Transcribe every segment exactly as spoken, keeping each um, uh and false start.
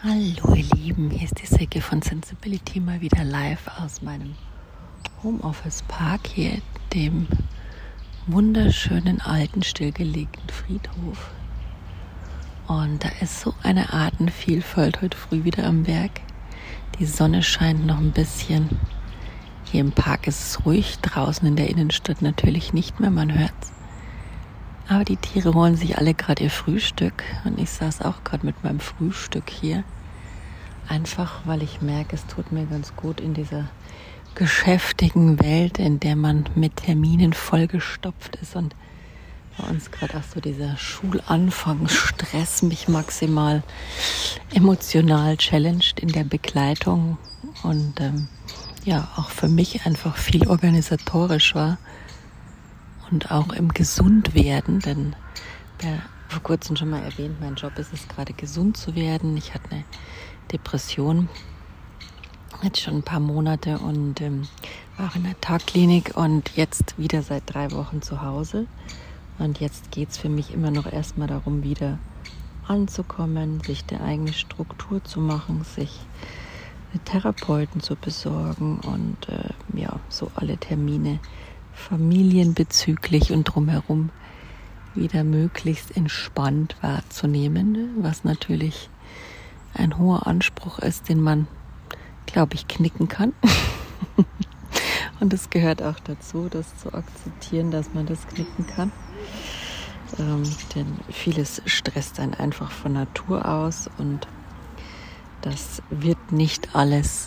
Hallo ihr Lieben, hier ist die Silke von Sensibility mal wieder live aus meinem Homeoffice Park hier, dem wunderschönen alten, stillgelegten Friedhof. Und da ist so eine Artenvielfalt heute früh wieder am Werk. Die Sonne scheint noch ein bisschen. Hier im Park ist es ruhig, draußen in der Innenstadt natürlich nicht mehr, man hört's. Aber die Tiere holen sich alle gerade ihr Frühstück und ich saß auch gerade mit meinem Frühstück hier. Einfach, weil ich merke, es tut mir ganz gut in dieser geschäftigen Welt, in der man mit Terminen vollgestopft ist und bei uns gerade auch so dieser Schulanfangsstress mich maximal emotional challenged in der Begleitung und ähm, ja, auch für mich einfach viel organisatorisch war. Und auch im Gesundwerden, denn ja, vor kurzem schon mal erwähnt, mein Job ist es gerade gesund zu werden. Ich hatte eine Depression, jetzt schon ein paar Monate und ähm, war auch in der Tagklinik und jetzt wieder seit drei Wochen zu Hause. Und jetzt geht es für mich immer noch erstmal darum, wieder anzukommen, sich eine eigene Struktur zu machen, sich einen Therapeuten zu besorgen und äh, ja, so alle Termine familienbezüglich und drumherum wieder möglichst entspannt wahrzunehmen, was natürlich ein hoher Anspruch ist, den man, glaube ich, knicken kann. Und es gehört auch dazu, das zu akzeptieren, dass man das knicken kann. Ähm, denn vieles stresst einen einfach von Natur aus und das wird nicht alles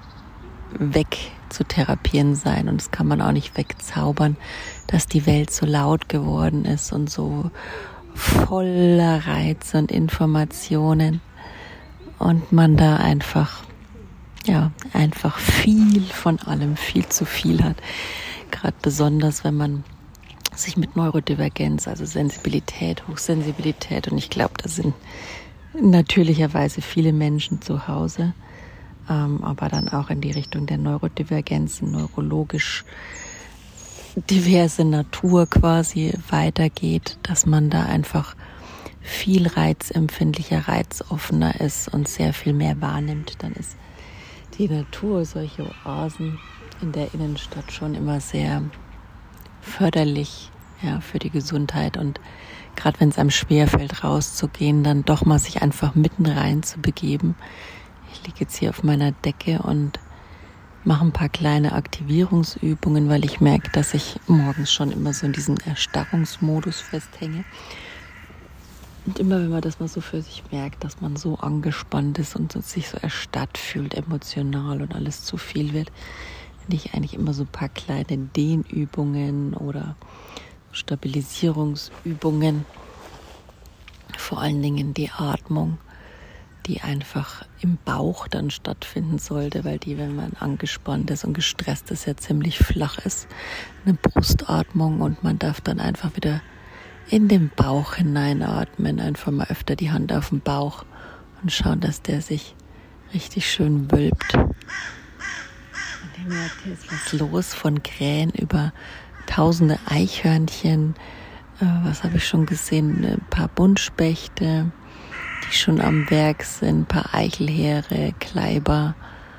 weg zu therapieren sein und das kann man auch nicht wegzaubern, dass die Welt so laut geworden ist und so voller Reize und Informationen und man da einfach, ja, einfach viel von allem, viel zu viel hat. Gerade besonders, wenn man sich mit Neurodivergenz, also Sensibilität, Hochsensibilität und ich glaube, da sind natürlicherweise viele Menschen zu Hause, Ähm, aber dann auch in die Richtung der Neurodivergenzen, neurologisch diverse Natur quasi weitergeht, dass man da einfach viel reizempfindlicher, reizoffener ist und sehr viel mehr wahrnimmt. Dann ist die Natur, solche Oasen in der Innenstadt schon immer sehr förderlich, ja, für die Gesundheit und gerade wenn es einem schwerfällt, rauszugehen, dann doch mal sich einfach mitten rein zu begeben. Ich liege jetzt hier auf meiner Decke und mache ein paar kleine Aktivierungsübungen, weil ich merke, dass ich morgens schon immer so in diesem Erstarrungsmodus festhänge. Und immer wenn man das mal so für sich merkt, dass man so angespannt ist und sich so erstarrt fühlt, emotional und alles zu viel wird, finde ich eigentlich immer so ein paar kleine Dehnübungen oder Stabilisierungsübungen. Vor allen Dingen die Atmung, die einfach im Bauch dann stattfinden sollte, weil die, wenn man angespannt ist und gestresst ist, ja ziemlich flach ist. Eine Brustatmung und man darf dann einfach wieder in den Bauch hineinatmen, einfach mal öfter die Hand auf den Bauch und schauen, dass der sich richtig schön wölbt. Und ihr merkt, hier ist was los, von Krähen über tausende Eichhörnchen, äh, was habe ich schon gesehen, ein paar Buntspechte, die schon am Werk sind, ein paar Eichelheere, Kleiber,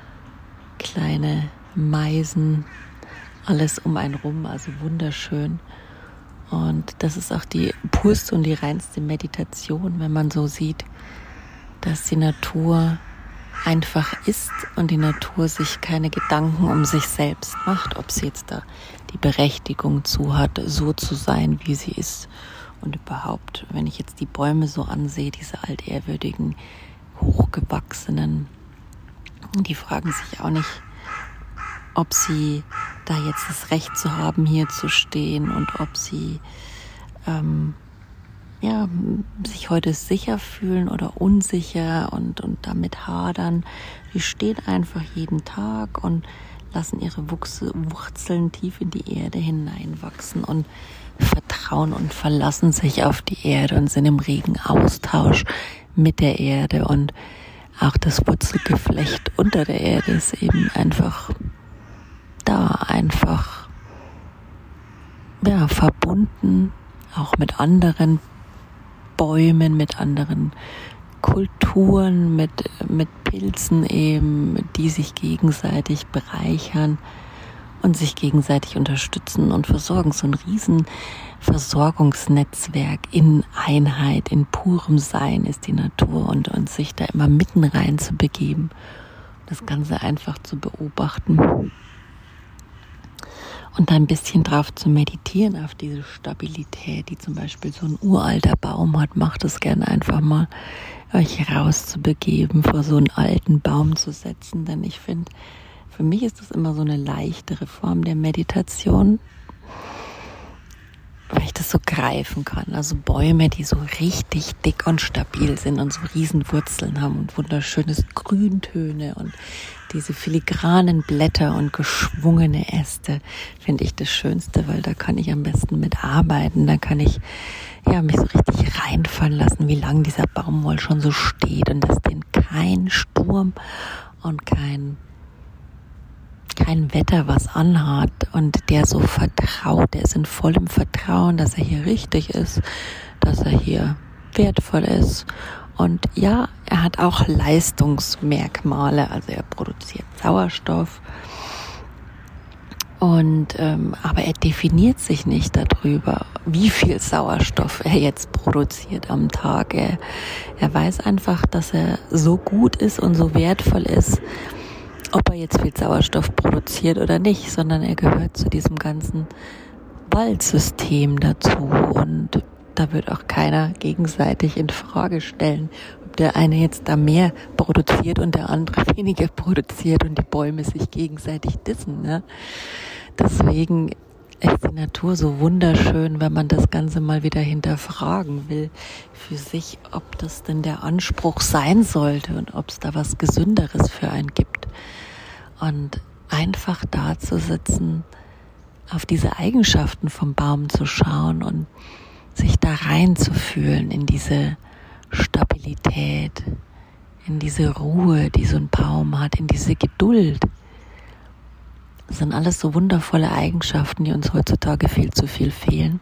kleine Meisen, alles um einen rum, also wunderschön. Und das ist auch die purste und die reinste Meditation, wenn man so sieht, dass die Natur einfach ist und die Natur sich keine Gedanken um sich selbst macht, ob sie jetzt da die Berechtigung zu hat, so zu sein, wie sie ist. Und überhaupt, wenn ich jetzt die Bäume so ansehe, diese altehrwürdigen, hochgewachsenen, die fragen sich auch nicht, ob sie da jetzt das Recht zu haben, hier zu stehen und ob sie ähm, ja, sich heute sicher fühlen oder unsicher und, und damit hadern. Die stehen einfach jeden Tag und lassen ihre Wurzeln tief in die Erde hineinwachsen und vertrauen und verlassen sich auf die Erde und sind im regen Austausch mit der Erde. Und auch das Wurzelgeflecht unter der Erde ist eben einfach da, einfach ja, verbunden, auch mit anderen Bäumen, mit anderen Kulturen mit, mit Pilzen eben, die sich gegenseitig bereichern und sich gegenseitig unterstützen und versorgen. So ein riesen Versorgungsnetzwerk in Einheit, in purem Sein ist die Natur und, und sich da immer mitten rein zu begeben, das Ganze einfach zu beobachten und da ein bisschen drauf zu meditieren, auf diese Stabilität, die zum Beispiel so ein uralter Baum hat. Macht es gerne einfach mal, euch rauszubegeben, vor so einen alten Baum zu setzen, denn ich finde, für mich ist das immer so eine leichtere Form der Meditation, weil ich das so greifen kann. Also Bäume, die so richtig dick und stabil sind und so riesen Wurzeln haben und wunderschönes Grüntöne und diese filigranen Blätter und geschwungene Äste, finde ich das Schönste, weil da kann ich am besten mit arbeiten. Da kann ich ja mich so richtig reinfallen lassen, wie lange dieser Baum wohl schon so steht und dass den kein Sturm und kein kein Wetter was anhat und der so vertraut, der ist in vollem Vertrauen, dass er hier richtig ist, dass er hier wertvoll ist und ja, er hat auch Leistungsmerkmale, also er produziert Sauerstoff und ähm, aber er definiert sich nicht darüber, wie viel Sauerstoff er jetzt produziert am Tag. Er, er weiß einfach, dass er so gut ist und so wertvoll ist, ob er jetzt viel Sauerstoff produziert oder nicht, sondern er gehört zu diesem ganzen Waldsystem dazu und da wird auch keiner gegenseitig in Frage stellen, ob der eine jetzt da mehr produziert und der andere weniger produziert und die Bäume sich gegenseitig dissen. Ne? Deswegen ist die Natur so wunderschön, wenn man das Ganze mal wieder hinterfragen will für sich, ob das denn der Anspruch sein sollte und ob es da was Gesünderes für einen gibt. Und einfach da zu sitzen, auf diese Eigenschaften vom Baum zu schauen und sich da reinzufühlen in diese Stabilität, in diese Ruhe, die so ein Baum hat, in diese Geduld. Das sind alles so wundervolle Eigenschaften, die uns heutzutage viel zu viel fehlen.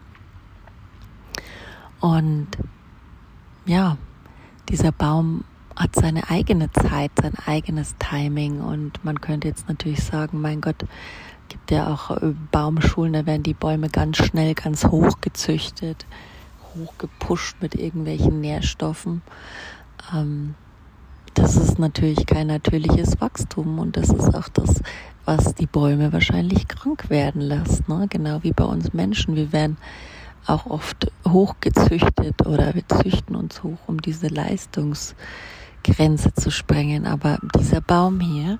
Und ja, dieser Baum hat seine eigene Zeit, sein eigenes Timing und man könnte jetzt natürlich sagen, mein Gott, gibt ja auch Baumschulen, da werden die Bäume ganz schnell, ganz hoch gezüchtet, hochgepusht mit irgendwelchen Nährstoffen. Ähm, das ist natürlich kein natürliches Wachstum und das ist auch das, was die Bäume wahrscheinlich krank werden lässt, ne? Genau wie bei uns Menschen, wir werden auch oft hochgezüchtet oder wir züchten uns hoch, um diese Leistungsgrenze zu sprengen. Aber dieser Baum hier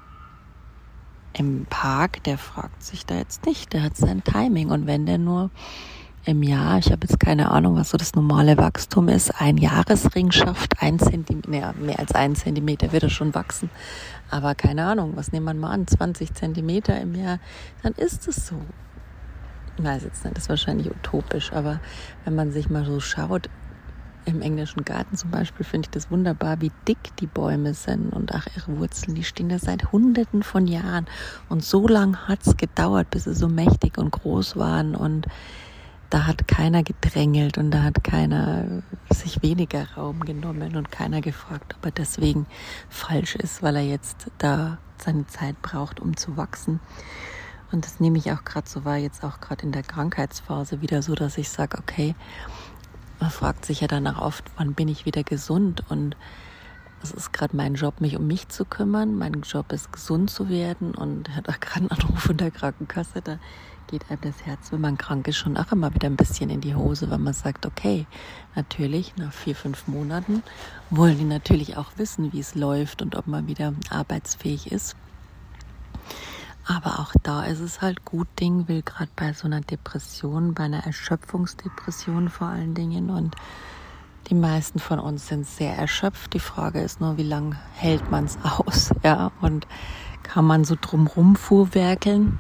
im Park, der fragt sich da jetzt nicht, der hat sein Timing. Und wenn der nur im Jahr, ich habe jetzt keine Ahnung, was so das normale Wachstum ist, ein Jahresring schafft, ein Zentimeter, nee, mehr als ein Zentimeter wird er schon wachsen. Aber keine Ahnung, was nehmen wir mal an, zwanzig Zentimeter im Jahr, dann ist es so. Ich weiß jetzt nicht, das ist wahrscheinlich utopisch, aber wenn man sich mal so schaut, im englischen Garten zum Beispiel, finde ich das wunderbar, wie dick die Bäume sind und auch ihre Wurzeln, die stehen da seit Hunderten von Jahren und so lang hat es gedauert, bis sie so mächtig und groß waren und da hat keiner gedrängelt und da hat keiner sich weniger Raum genommen und keiner gefragt, ob er deswegen falsch ist, weil er jetzt da seine Zeit braucht, um zu wachsen. Und das nehme ich auch gerade so wahr, jetzt auch gerade in der Krankheitsphase wieder so, dass ich sage, okay, man fragt sich ja danach oft, wann bin ich wieder gesund? Und es ist gerade mein Job, mich um mich zu kümmern. Mein Job ist, gesund zu werden. Und ich hatte auch gerade einen Anruf von der Krankenkasse, da geht einem das Herz, wenn man krank ist, schon auch immer wieder ein bisschen in die Hose, weil man sagt, okay, natürlich, nach vier, fünf Monaten wollen die natürlich auch wissen, wie es läuft und ob man wieder arbeitsfähig ist. Aber auch da ist es halt gut, Ding will gerade bei so einer Depression, bei einer Erschöpfungsdepression vor allen Dingen und die meisten von uns sind sehr erschöpft. Die Frage ist nur, wie lange hält man es aus, ja, und kann man so drumrum fuhrwerkeln.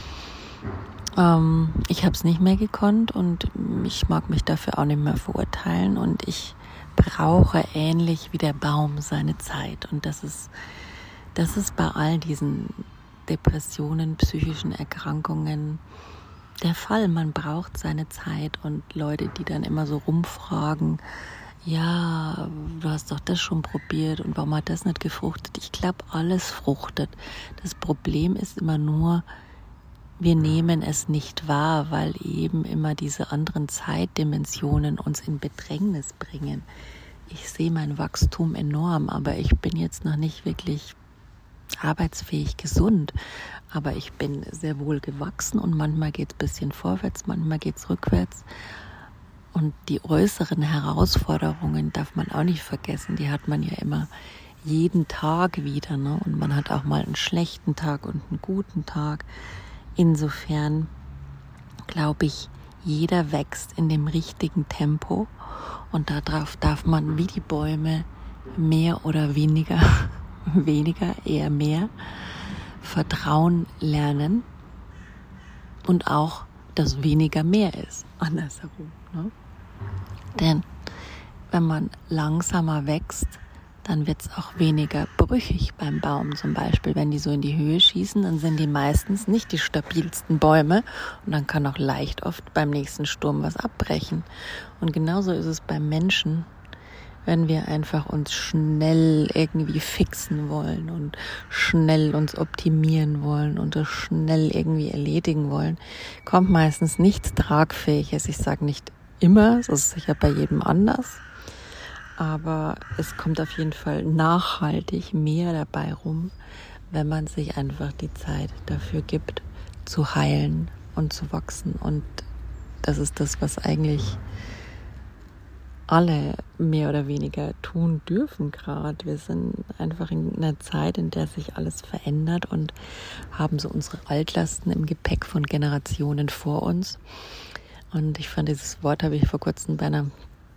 Ähm, ich habe es nicht mehr gekonnt und ich mag mich dafür auch nicht mehr verurteilen und ich brauche ähnlich wie der Baum seine Zeit und das ist, das ist bei all diesen Depressionen, psychischen Erkrankungen der Fall. Man braucht seine Zeit und Leute, die dann immer so rumfragen, ja, du hast doch das schon probiert und warum hat das nicht gefruchtet? Ich glaube, alles fruchtet. Das Problem ist immer nur, wir nehmen es nicht wahr, weil eben immer diese anderen Zeitdimensionen uns in Bedrängnis bringen. Ich sehe mein Wachstum enorm, aber ich bin jetzt noch nicht wirklich arbeitsfähig, gesund. Aber ich bin sehr wohl gewachsen und manchmal geht es ein bisschen vorwärts, manchmal geht es rückwärts. Und die äußeren Herausforderungen darf man auch nicht vergessen. Die hat man ja immer jeden Tag wieder, ne? Und man hat auch mal einen schlechten Tag und einen guten Tag. Insofern glaube ich, jeder wächst in dem richtigen Tempo. Und darauf darf man wie die Bäume mehr oder weniger, weniger, eher mehr, Vertrauen lernen. Und auch, dass weniger mehr ist. Andersherum, ne? Denn wenn man langsamer wächst, dann wird es auch weniger brüchig beim Baum zum Beispiel. Wenn die so in die Höhe schießen, dann sind die meistens nicht die stabilsten Bäume und dann kann auch leicht oft beim nächsten Sturm was abbrechen. Und genauso ist es beim Menschen, wenn wir einfach uns schnell irgendwie fixen wollen und schnell uns optimieren wollen und das schnell irgendwie erledigen wollen, kommt meistens nichts Tragfähiges. Ich sage nicht immer, das ist sicher bei jedem anders, aber es kommt auf jeden Fall nachhaltig mehr dabei rum, wenn man sich einfach die Zeit dafür gibt, zu heilen und zu wachsen. Und das ist das, was eigentlich alle mehr oder weniger tun dürfen gerade. Wir sind einfach in einer Zeit, in der sich alles verändert und haben so unsere Altlasten im Gepäck von Generationen vor uns. Und ich fand, dieses Wort habe ich vor kurzem bei einer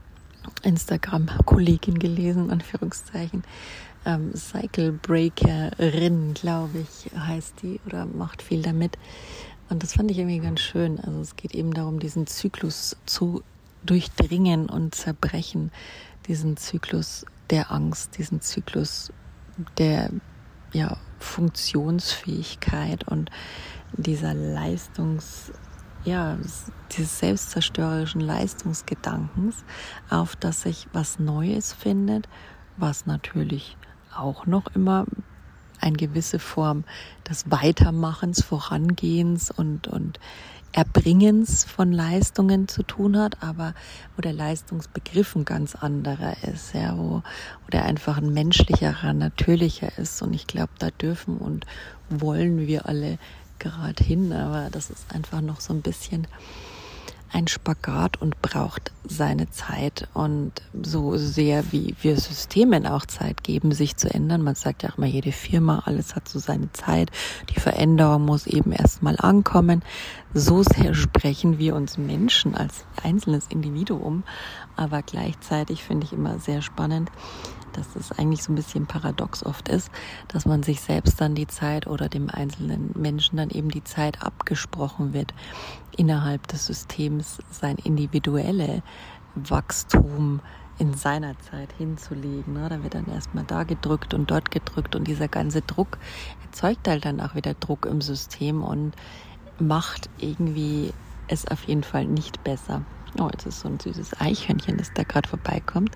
Instagram-Kollegin gelesen, Anführungszeichen. Ähm, Cycle Breakerin, glaube ich, heißt die oder macht viel damit. Und das fand ich irgendwie ganz schön. Also es geht eben darum, diesen Zyklus zu durchdringen und zerbrechen, diesen Zyklus der Angst, diesen Zyklus der ja, Funktionsfähigkeit und dieser Leistungs, ja, dieses selbstzerstörerischen Leistungsgedankens, auf das sich was Neues findet, was natürlich auch noch immer eine gewisse Form des Weitermachens, Vorangehens und, und Erbringens von Leistungen zu tun hat, aber wo der Leistungsbegriff ein ganz anderer ist, ja, wo, wo der einfach ein menschlicherer, natürlicher ist. Und ich glaube, da dürfen und wollen wir alle gerade hin, aber das ist einfach noch so ein bisschen ein Spagat und braucht seine Zeit. Und so sehr wie wir Systemen auch Zeit geben, sich zu ändern, man sagt ja auch immer, jede Firma, alles hat so seine Zeit, die Veränderung muss eben erstmal ankommen. So sehr sprechen wir uns Menschen als einzelnes Individuum, aber gleichzeitig finde ich immer sehr spannend, dass es eigentlich so ein bisschen paradox oft ist, dass man sich selbst dann die Zeit oder dem einzelnen Menschen dann eben die Zeit abgesprochen wird, innerhalb des Systems sein individuelle Wachstum in seiner Zeit hinzulegen. Da wird dann erstmal da gedrückt und dort gedrückt und dieser ganze Druck erzeugt halt dann auch wieder Druck im System und macht irgendwie es auf jeden Fall nicht besser. Oh, jetzt ist so ein süßes Eichhörnchen, das da gerade vorbeikommt.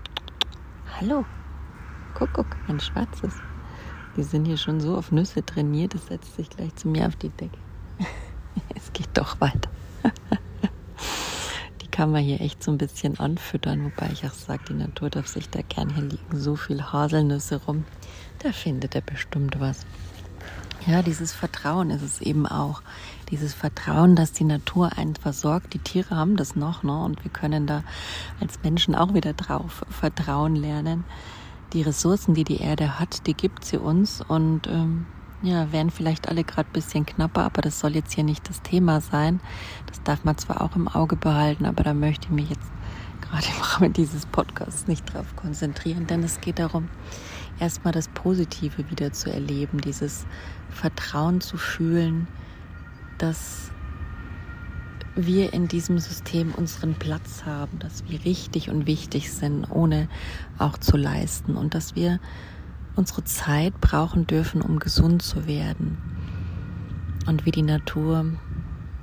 Hallo, guck, guck, ein schwarzes. Die sind hier schon so auf Nüsse trainiert, das setzt sich gleich zu mir auf die Decke. Es geht doch weiter. Die kann man hier echt so ein bisschen anfüttern, wobei ich auch sage, die Natur darf sich da gern, hier liegen so viel Haselnüsse rum. Da findet er bestimmt was. Ja, dieses Vertrauen ist es eben auch. Dieses Vertrauen, dass die Natur einen versorgt. Die Tiere haben das noch, ne? Und wir können da als Menschen auch wieder drauf vertrauen lernen. Die Ressourcen, die die Erde hat, die gibt sie uns. Und ähm, ja, werden vielleicht alle gerade ein bisschen knapper, aber das soll jetzt hier nicht das Thema sein. Das darf man zwar auch im Auge behalten, aber da möchte ich mich jetzt gerade im Rahmen dieses Podcasts nicht drauf konzentrieren, denn es geht darum, erstmal das Positive wieder zu erleben, dieses Vertrauen zu fühlen, dass wir in diesem System unseren Platz haben, dass wir richtig und wichtig sind, ohne auch zu leisten und dass wir unsere Zeit brauchen dürfen, um gesund zu werden und wie die Natur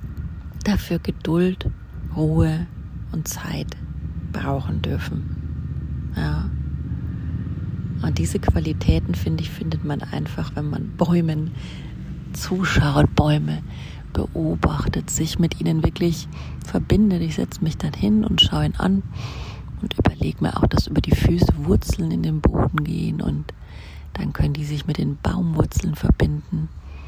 dafür Geduld, Ruhe und Zeit brauchen dürfen. Ja. Und diese Qualitäten, finde ich, findet man einfach, wenn man Bäumen zuschaut, Bäume beobachtet, sich mit ihnen wirklich verbindet. Ich setze mich dann hin und schaue ihn an und überlege mir auch, dass über die Füße Wurzeln in den Boden gehen und dann können die sich mit den Baumwurzeln verbinden.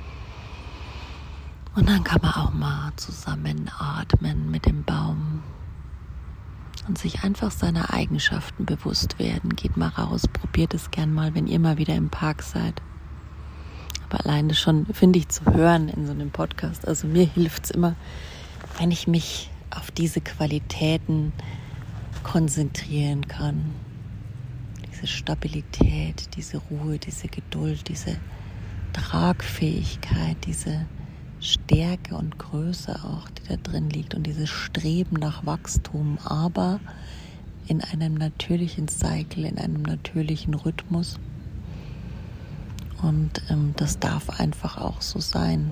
Und dann kann man auch mal zusammen atmen mit dem Baum und sich einfach seiner Eigenschaften bewusst werden. Geht mal raus, probiert es gern mal, wenn ihr mal wieder im Park seid. Aber alleine schon, finde ich, zu hören in so einem Podcast, also mir hilft es immer, wenn ich mich auf diese Qualitäten konzentrieren kann. Diese Stabilität, diese Ruhe, diese Geduld, diese Tragfähigkeit, diese Stärke und Größe auch, die da drin liegt und dieses Streben nach Wachstum, aber in einem natürlichen Cycle, in einem natürlichen Rhythmus. Und ähm, das darf einfach auch so sein.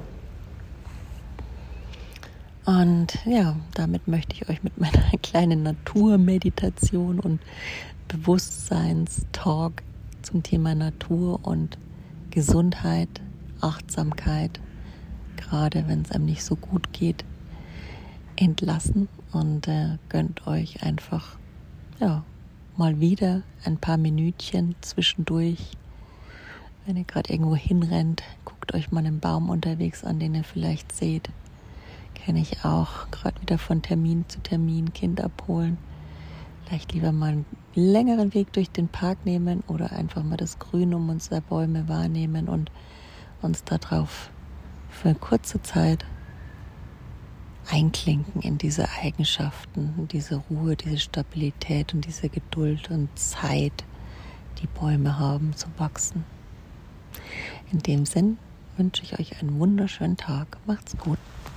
Und ja, damit möchte ich euch mit meiner kleinen Naturmeditation und Bewusstseinstalk zum Thema Natur und Gesundheit, Achtsamkeit, gerade wenn es einem nicht so gut geht, entlassen und äh, gönnt euch einfach ja mal wieder ein paar Minütchen zwischendurch. Wenn ihr gerade irgendwo hinrennt, guckt euch mal einen Baum unterwegs an, den ihr vielleicht seht. Kenne ich auch, gerade wieder von Termin zu Termin, Kind abholen. Vielleicht lieber mal einen längeren Weg durch den Park nehmen oder einfach mal das Grün um unsere Bäume wahrnehmen und uns darauf für eine kurze Zeit einklinken in diese Eigenschaften, in diese Ruhe, diese Stabilität und diese Geduld und Zeit, die Bäume haben zu wachsen. In dem Sinn wünsche ich euch einen wunderschönen Tag. Macht's gut.